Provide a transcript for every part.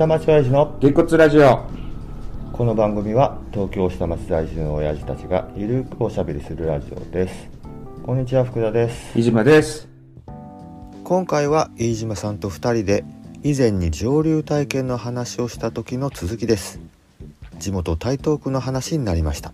下町親父のげっこつラジオ。 この番組は東京下町在住の親父たちがゆるくおしゃべりするラジオです。こんにちは、福田です。 飯島です。 今回は飯島さんと2人で以前に上流体験の話をした時の続きです。地元台東区の話になりました。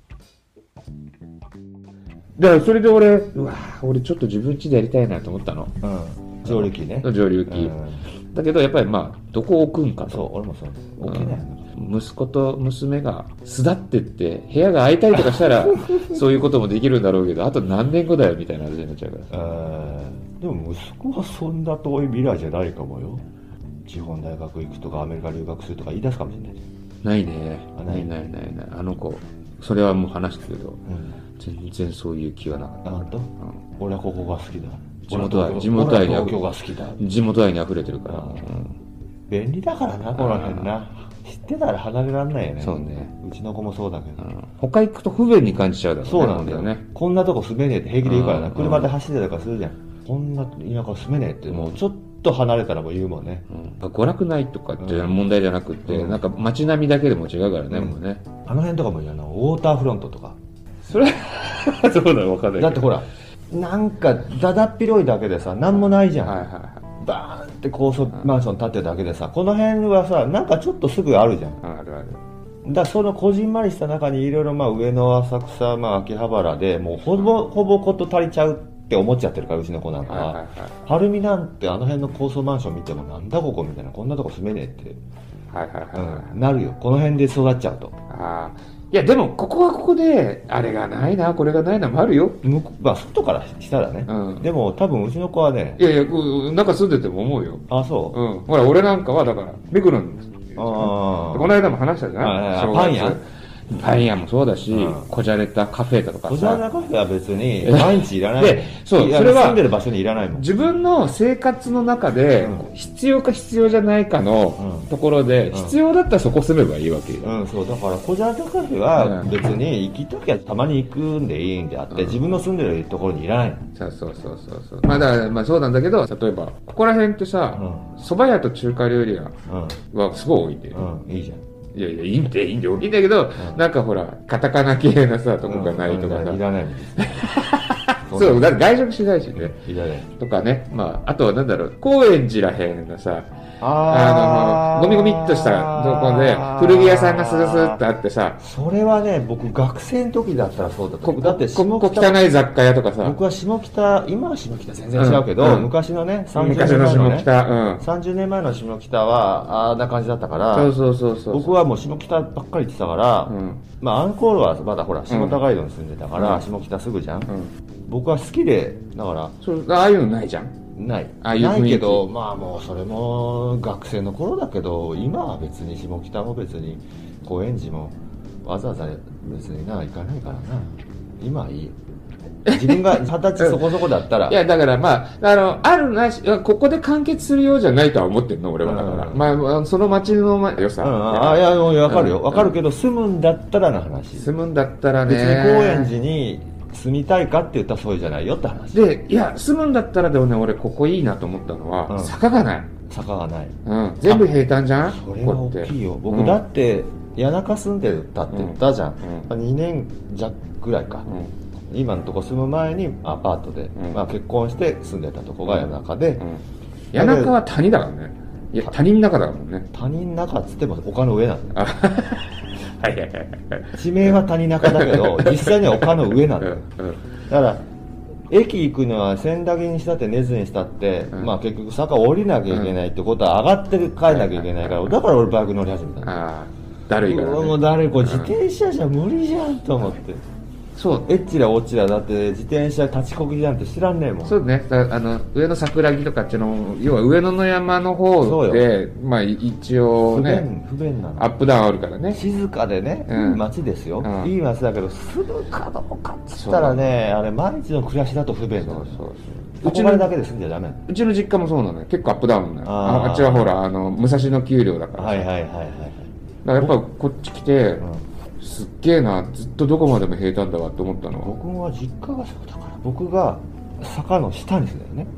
だからそれで俺ちょっと自分家でやりたいなと思ったの。 上流機ね。 上流機。だけどやっぱりどこを置くんかと。 そう、俺もそう。置けない。 息子と娘が巣立ってって部屋が空いたりとかしたらそういうこともできるんだろうけど、あと何年後だよみたいな話になっちゃうからさ。 でも息子はそんな遠い未来じゃないかもよ。地方大学行くとかアメリカ留学するとか言い出すかもしれない。 ないね。ないあの子、それはもう話したけど、全然そういう気はなかった。 本当？俺はここが好きだ。 地元愛に東京が好きだ。 地元愛に溢れてるから。 便利だからな、この辺な。知ってたら離れらんないよね。 そうね。 うちの子もそうだけど。 他行くと不便に感じちゃうだろうね。 そうなんだよね。こんなとこ住めねえって平気で言うからな。車で走ってたりとかするじゃん。こんな田舎住めねえって、もうちょっと離れたらもう言うもんね。 娯楽ないとかって問題じゃなくって、なんか街並みだけでも違うからね、もうね。 あの辺とかもいいよな、ウォーターフロントとか。 それそうだよ、わかんない。 だってほら、なんかだだっ広いだけでさ、なんもないじゃん。バーンって高層マンション建ってるだけでさ、この辺はさ、なんかちょっとすぐあるじゃん。 ある。 だからそのこじんまりした中にいろいろ上野、浅草、秋葉原でもうほぼこと足りちゃうって思っちゃってるから、うちの子なんかは。晴海なんてあの辺の高層マンション見てもなんだここみたいな、こんなとこ住めねえって。なるよ、この辺で育っちゃうと。 いやでもここはここであれがないなこれがないなもあるよ。 外からしたらね、でも多分うちの子はね、 いや中住んでても思うよ。 そう、 ほら俺なんかはだから目黒に、この間も話したじゃん。パン屋もそうだし、こじゃれたカフェだとかさ。 こじゃれたカフェは別に毎日いらない。で、 それは住んでる場所にいらないもん。 自分の生活の中で必要か必要じゃないかのところで、必要だったらそこ住めばいいわけよ。 そうだからこじゃれたカフェは別に行きたきゃたまに行くんでいいんであって、自分の住んでるところにいらない。 そうだからそうなんだけど、例えばここら辺ってさ、蕎麦屋と中華料理屋はすごい多いんで。 いいじゃん。 いやいいんで大きいんだけど、なんかほらカタカナ系なさとこがないとかさ、 いらないもんそうだって外食しないしね、 いらないとかね。あとはなんだろう、高円寺らへんがさ、ゴミゴミっとしたところで古着屋さんがスルスルっとあってさ、 それはね、僕学生の時だったらそうだった。だってここ汚い雑貨屋とかさ、 僕は下北、今は下北全然違うけど、昔のね、 昔の下北、 30年前の下北はあんな感じだったから、 そう僕はもう下北ばっかり行ってたから、アンコールはまだほら下高井戸に住んでたから、下北すぐじゃん。僕は好きで、だからああいうのないじゃん。 ないけど、もうそれも学生の頃だけど、今は別に下北も別に高円寺もわざわざ別に行かないからな。今はいい。自分が20歳そこそこだったらいやだからあるなし、ここで完結するようじゃないとは思ってんの俺は。だからその街の良さ、 いやわかるよ、わかるけど、住むんだったらの話。 住むんだったらね、 別に高円寺に住みたいかって言ったらそういうじゃないよって話で、いや住むんだったらでもね、俺ここいいなと思ったのは、坂がない。 坂がない。 全部平坦じゃん。 それは大きいよ。僕だって谷中住んでたって言ったじゃん。2年弱ぐらいか。今のとこ住む前にアパートで、結婚して住んでたとこが谷中で、 谷中は谷だからね。いや谷の中だからね。 谷の中っつっても丘の上なんだよ。 はい地名は谷中だけど実際には丘の上なんだよ。だから駅行くのは千駄木にしたって根津にしたって、結局坂降りなきゃいけないってことは上がって帰んなきゃいけないから、だから俺バイク乗り始めた。 だるいからね。 もうだるい、これ自転車じゃ無理じゃんと思って。そう、えっちらおっちらだって自転車立ちこぎなんて知らんねえもん。 そうね。上の桜木とかっていうの、要は上野の山の方で、一応ね、 不便なの。 アップダウンあるからね。 静かでね、いい街ですよ。いい街だけど、住むかどうかっつったらね、あれ毎日の暮らしだと不便なの。うちのだけで住んじゃダメ。 うちの実家もそうなのよ。結構アップダウンなの。あっちはほら、武蔵野丘陵だから。 はい。だからやっぱこっち来て、すっげえな、ずっとどこまでも平坦だわって思ったの。 僕は実家がそうだから、僕が坂の下に住んでるね。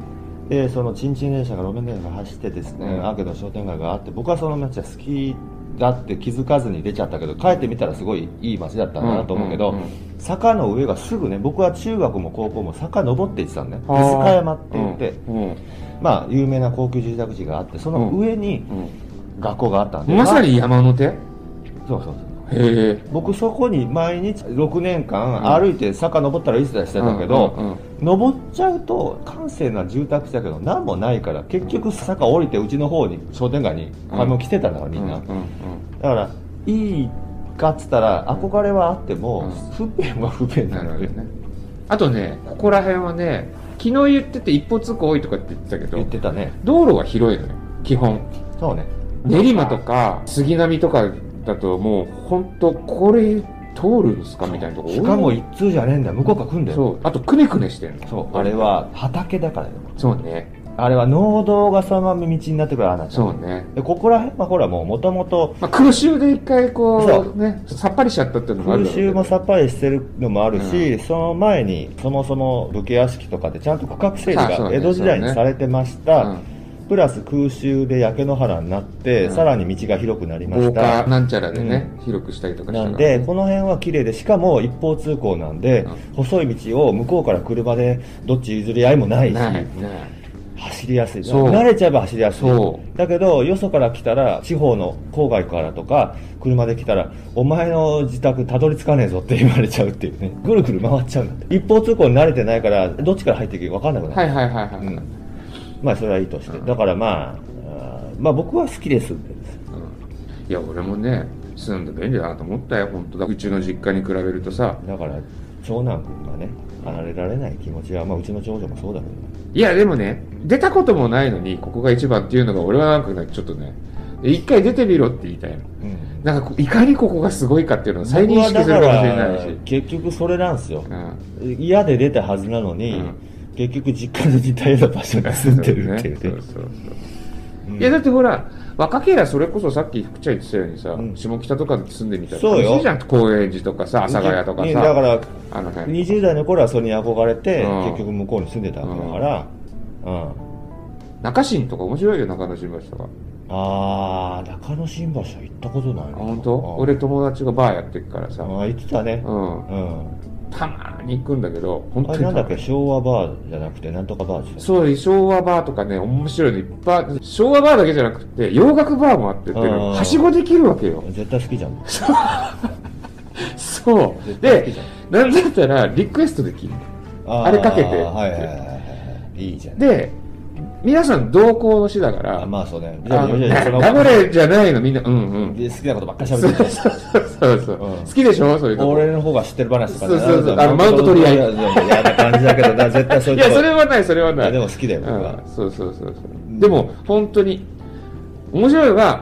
でそのチンチン電車が路面電車が走ってですね、アーケードの商店街があって、僕はその街は好きだって気づかずに出ちゃったけど、帰ってみたらすごいいい街だったんだなと思うけど、坂の上がすぐね、僕は中学も高校も坂登って行ってたのね。手塚山って言って、まあ有名な高級住宅地があって、その上に学校があったんで、 まさに山の手。 そうそうそう。 へえ。 僕そこに毎日6年間歩いて坂登ったらいつだしてたけど、登っちゃうと閑静な住宅地だけど何もないから、結局坂降りてうちの方に商店街に買い物来てたんだからみんな。だからいいかっつったら憧れはあっても不便は不便なのよね。 あとね、ここら辺はね、昨日言ってて一方通行多いとかって言ってたけど、 言ってたね。 道路は広いのよ基本。 そうね。 練馬とか杉並とかだともう本当これ通るんですかみたいなところ。 しかも一通じゃねえんだよ、向こうから来んだよ。 そう、あとくねくねしてんの。 そう、あれは畑だからよ。 そうね。 あれは農道がそのまま道になってくる穴。 そうね。 でここら辺はほらもともと空襲で一回こうねさっぱりしちゃったっていうのもある。 空襲もさっぱりしてるのもあるし、その前にそもそも武家屋敷とかでちゃんと区画整理が江戸時代にされてました。プラス空襲で焼け野原になって、さらに道が広くなりました。 防火なんちゃらでね、広くしたりとかしたなんで、この辺は綺麗で、しかも一方通行なんで、細い道を向こうから車でどっち譲り合いもないし、走りやすい。慣れちゃえば走りやすい。だけど、よそから来たら、地方の郊外からとか、車で来たら、お前の自宅たどり着かねえぞって言われちゃうっていうね。ぐるぐる回っちゃうんだって。一方通行に慣れてないから、どっちから入っていいか分かんなくなる。まあそれはいいとして、だからまあ僕は好きですんで、 いや俺もね住んで便利だなと思ったよ本当だ。うちの実家に比べるとさ。 だから長男君がね離れられない気持ちは、まあうちの長女もそうだけど、 いやでもね出たこともないのにここが一番っていうのが俺はなんかねちょっとね一回出てみろって言いたいの、なんかいかにここがすごいかっていうのを再認識するかもしれないし、結局それなんですよ、嫌で出たはずなのに、結局実家の似たような場所に住んでるっていうね。 いやだってほら若けりゃそれこそさっき福ちゃん言ってたようにさ、下北とかで住んでみたら楽しいじゃん。高円寺とかさ阿佐ヶ谷とかさ。 だから20代の頃はそれに憧れて、結局向こうに住んでたわけだから、 中新とか面白いよ。中野新橋とか。 中野新橋は行ったことないな。 本当？俺友達がバーやってるからさ。 行ってたね。 たまに行くんだけど、 本当になんだっけ、昭和バーじゃなくてなんとかバーですそう、昭和バーとかね、面白いのいっぱい。昭和バーだけじゃなくて洋楽バーもあってってはしごできるわけよ。 絶対好きじゃん。 そうで、なんだったらリクエストできる。あれかけて、 いいじゃん。 で皆さん同行の詩だから、 まあそうね、 ダブレじゃないのみんな、好きなことばっかり喋ってる。 そう好きでしょ、そういうと。 俺の方が知ってる話とかね。 そうマウント取り合い。 嫌な感じだけどな、絶対そういう。 いやそれはないそれはない。 でも好きだよ僕は。 そうでも本当に面白いのが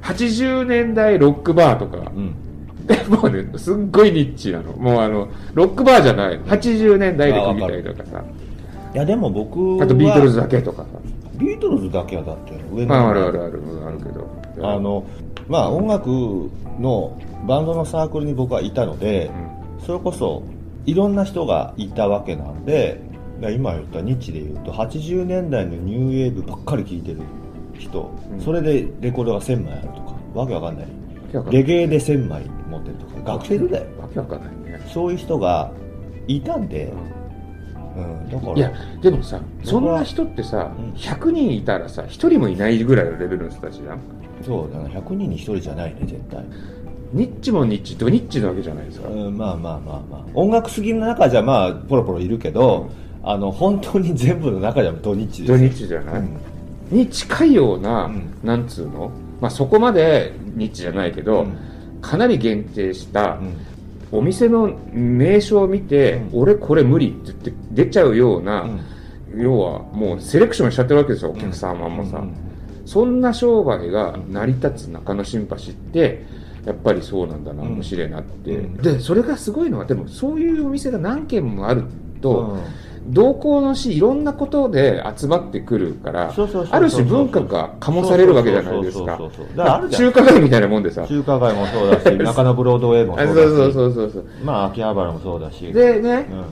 80年代ロックバーとか。もうねすっごいニッチなの。もうロックバーじゃない。80年代で組みたいとかさ。 いやでも僕はあとビートルズだけとかさ。 ビートルズだけはだって上のあるけどまあ音楽のバンドのサークルに僕はいたので、それこそいろんな人がいたわけなんで、今言ったニッチで言うと80年代のニューウェーブばっかり聴いてる人、それでレコードが1000枚あるとかわけわかんない。レゲエで1000枚持ってるとか学生だよ。 わけわかんないね。 そういう人がいたんで、だからいやでもさそんな人ってさ、100人いたらさ1人もいないぐらいのレベルの人たちじゃん。 そうだな、100人に1人じゃないね絶対。 ニッチもニッチドニッチなわけじゃないですか。 まあ音楽好きの中じゃまあポロポロいるけど、本当に全部の中ではドニッチです。 ドニッチじゃない、に近いような、なんつうの、まあそこまでニッチじゃないけど、かなり限定した、お店の名称を見て、俺これ無理って言って出ちゃうような、要はもうセレクションしちゃってるわけですよ、お客様もさ。そんな商売が成り立つ中野新橋ってやっぱりそうなんだな、面白いなって、でそれがすごいのはでもそういうお店が何軒もあると、同行のしいろんなことで集まってくるからある種文化が醸されるわけじゃないですか。中華街みたいなもんでさ。 中華街もそうだし中野ブロードウェイもそうだし、 そうまあ秋葉原もそうだしでね、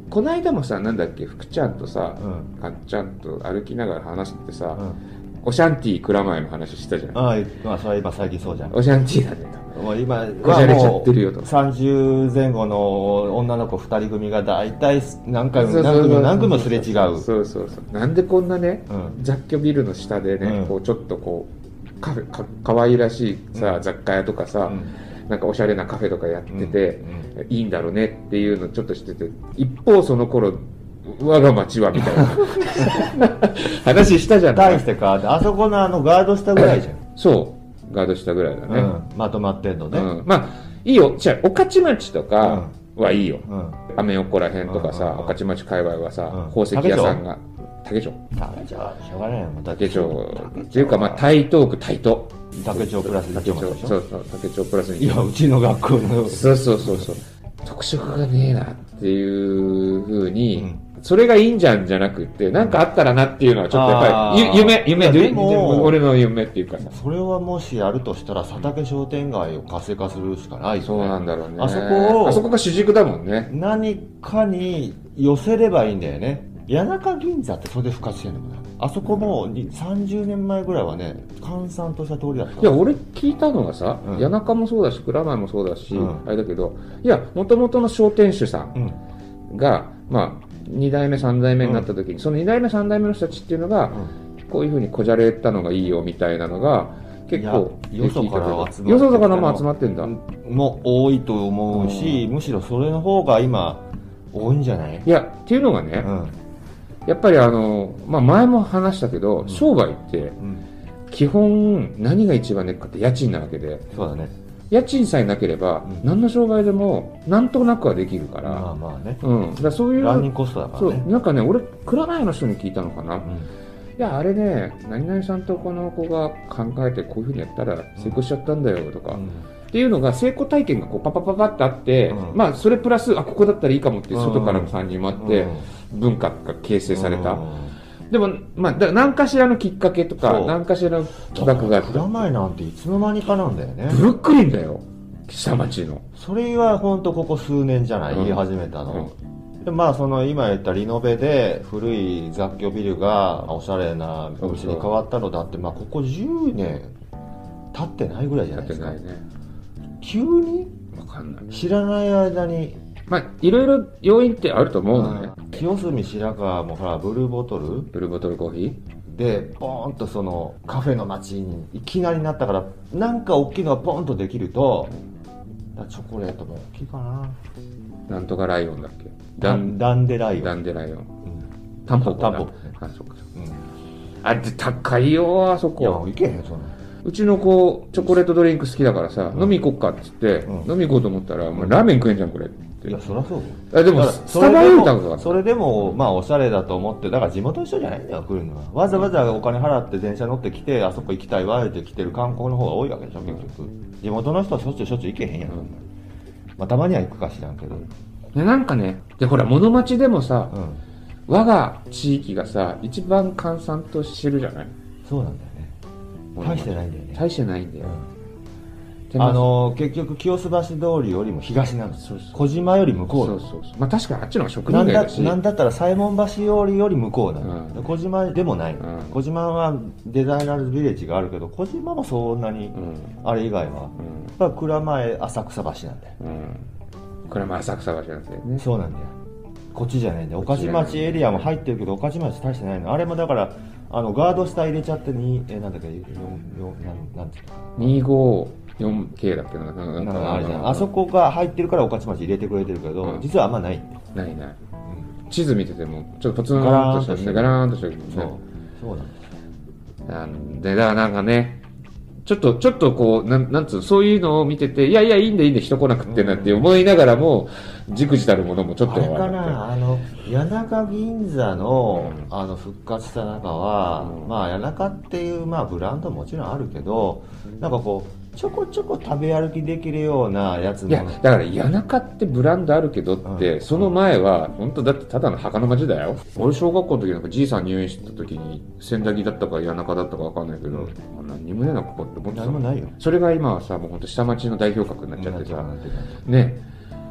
この間もさ、なんだっけ、福ちゃんとさ、 うんかっちゃんと歩きながら話しててさ、 うんオシャンティー蔵前の話したじゃん。 ああ、まあそれは今最近そうじゃん。 オシャンティーだねと。 もう今こじゃれちゃってるよと。 30前後の女の子2人組が大体何回もそうそうそう何組もすれ違う。 そうそうそう。なんでこんなね、 うん雑居ビルの下でね、 うんこうちょっとこうかわいらしいさ、雑貨屋とかさ、なんかおしゃれなカフェとかやってて、いいんだろうねっていうのちょっとしてて、一方その頃我が町はみたいな話したじゃない。 大して変わってあそこのガード下ぐらいじゃん。 そうガード下ぐらいだね、 まとまってんのね。 まあいいよ。じゃあ御徒町とかはいいよ、アメ横らへんとかさ、御徒町界隈はさ、宝石屋さんが竹町しょうがないよ。 竹町っていうか、まあ台東区台東竹町プラス竹町、そうそう竹町プラスに。 いやうちの学校のそう特色がねえなっていう風に、それがいいんじゃんじゃなくって、なんかあったらなっていうのはちょっとやっぱり夢で俺の夢っていうかさ、 それはもしやるとしたら佐竹商店街を活性化するしかない、 そうなんだろうね。 あそこが主軸だもんね。 何かに寄せればいいんだよね。谷中銀座ってそれで復活してるのかな。あそこも30年前ぐらいはね閑散とした通りだった。 いや俺聞いたのがさ、谷中もそうだし蔵前もそうだし、あれだけど、いや元々の商店主さんが、まあ2代目3代目になった時に、その2代目3代目の人たちっていうのが、こういうふうにこじゃれたのがいいよみたいなのが結構よそからも集まってんだも多いと思うし、むしろそれの方が今多いんじゃない？ いやっていうのがね、やっぱりまあ、前も話したけど、商売って基本何が一番ネックかって家賃なわけで、 そうだね。 家賃さえなければ、何の商売でもなんとなくはできるから、 まあね、 だからそういうランニングコストだからね。 そうなんかね、俺蔵前の人に聞いたのかな、いやあれね、何々さんとこの子が考えてこういうふうにやったら成功しちゃったんだよとか、っていうのが成功体験がこうパパパパってあって、まあそれプラスここだったらいいかもっていう外からの参入もあって、文化が形成された。でも、まあ、何かしらのきっかけとか、何かしらの企画があった。 蔵前なんていつの間にかなんだよね。 ブルックリンだよ、下町の。 それは本当ここ数年じゃない、言い始めたの。でまあその今言ったリノベで古い雑居ビルがおしゃれなお店に変わったのだって、まあここ10年経ってないぐらいじゃないですか。 経ってないね。 急にわかんない。 知らない間に。 まあ、いろいろ要因ってあると思うのね。 清澄白河もほらブルーボトルコーヒーでポーンとそのカフェの街にいきなりなったから、なんか大きいのがポーンとできると、チョコレートも大きいかな。 なんとかライオンだっけ。 ダンデライオン。 ダンデライオン。タンポポ。 タンポポ。 あ、そっか。あれって高いよ、あそこ。 いや、いけへん、そんな。 うちの子、チョコレートドリンク好きだからさ、飲み行こっかって言って、飲み行こうと思ったら、ラーメン食えんじゃん、これ。 いや、そりゃそうよ。でも、スタバより高かった。 それでも、まあ、おしゃれだと思って、だから地元一緒じゃないんだよ、来るのは。わざわざお金払って電車乗ってきて、あそこ行きたいわ、って来てる観光の方が多いわけでしょ、結局。地元の人はしょっちゅう行けへんやん。まあ、たまには行くか知らんけど。 で、なんかね、で、ほら、物町でもさ、我が地域がさ、一番閑散としてるじゃない？ そうなんだよね。大してないんだよね。 大してないんだよ。 結局清洲橋通りよりも東なんです。小島より向こう。 まあ確かにあっちの方が職人街だし。 なんだったら西門橋より向こうなの。小島でもない。小島はデザイナーズビレッジがあるけど、小島もそんなに、あれ以外は。やっぱ蔵前浅草橋なんだよ。 蔵前浅草橋なんだよね。 そうなんだよ。こっちじゃないんだよ。御徒町エリアも入ってるけど、御徒町大してないの。あれもだから、ガード下入れちゃってなんだっけ、なんていうの 254K だっけな。 なんかあれじゃん。あそこが入ってるから御徒町入れてくれてるけど、実はあんまないんだよ。 ない。地図見てても、ちょっとポツンとしてガラーンとしてる。 そうなんで、だからなんかね、ちょっとこう、なんつう、そういうのを見てて、いや、いいんで、人来なくってなって思いながらも、じくじたるものもちょっとあれかな、谷中銀座の、復活した中は、まあ、谷中っていう、まあ、ブランドもちろんあるけど、なんかこう、ちょこちょこ食べ歩きできるようなやつも。 いや、だから谷中ってブランドあるけどって、その前は、本当だってただの墓の町だよ。俺小学校の時なんかじいさん入院した時に、千駄木だったか谷中だったかわかんないけど、何にもねえな、ここって思ってた。 何もないよ。 それが今はさ、もう本当下町の代表格になっちゃってさ、ね。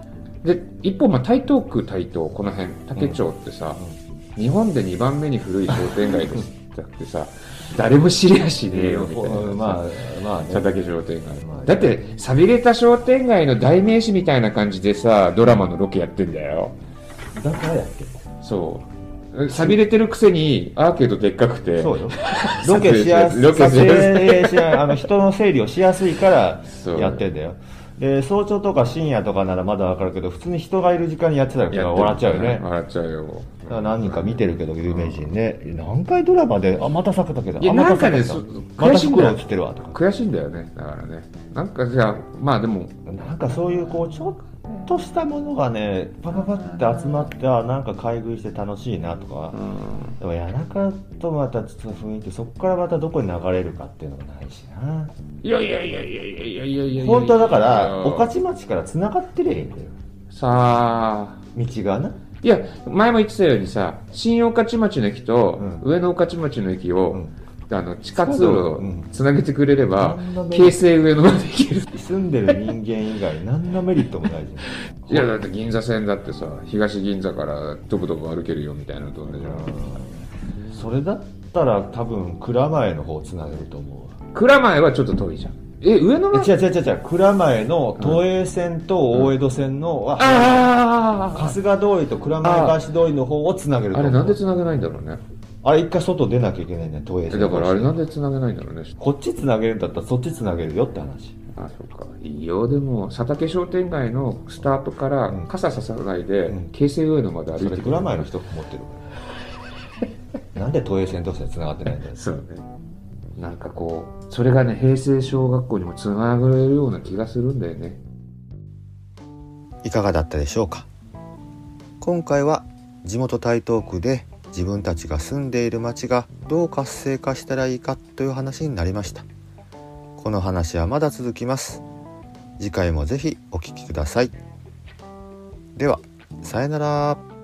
で一方台東区台東この辺竹町ってさ、日本で2番目に古い商店街ですってさ誰も知りやしねえよみたいな、 まあね、 佐竹商店街、だって寂れた商店街の代名詞みたいな感じでさドラマのロケやってんだよ。 だからやっけ。 そう寂れてるくせにアーケードでっかくて、 そうよ、ロケしやすい、人の整理をしやすいからやってんだよ。で早朝とか深夜とかならまだわかるけど、普通に人がいる時間にやってたら笑っちゃうよね。 笑っちゃうよ。 だから何人か見てるけど有名人ね、何回ドラマでまた避けたけど、 また避けた、また袋映ってるわとか悔しいんだよね。だからね、なんかじゃあまあでもなんかそういうちょっとしたものがねパパパって集まってなんか買い食いして楽しいなとか、でも谷中とまたちょっと雰囲気、そこからまたどこに流れるかっていうのがないしな。 いや本当はだから御徒町から繋がってるんだよさあ道がな。 いや前も言ってたようにさ、新御徒町の駅と上野御徒町の駅を、地下通路をつなげてくれれば、京成上野まで行ける。 住んでる人間以外何のメリットもないじゃん。いやだって銀座線だってさ、東銀座からどこどこ歩けるよみたいなのと同じじゃん。 それだったら多分蔵前の方つなげると思うわ。 蔵前はちょっと遠いじゃん。上野の違う蔵前の都営線と大江戸線の、春日通りと蔵前橋通りの方をつなげると思う。 あれなんでつなげないんだろうね。 あれ一回外出なきゃいけないね、都営線。 だからあれなんでつなげないんだろうね。 こっちつなげるんだったらそっちつなげるよって話。 あ、そうか。いいよ。でも佐竹商店街のスタートから傘ささないで、京成上野まで歩いてくる。 蔵前の人持ってるからなんで都営線としてつながってないんだよ。 そうね。なんかそれがね、平成小学校にもつながれるような気がするんだよね。 いかがだったでしょうか。今回は地元台東区で自分たちが住んでいる町がどう活性化したらいいかという話になりました。この話はまだ続きます。次回もぜひお聞きください。では、さよなら。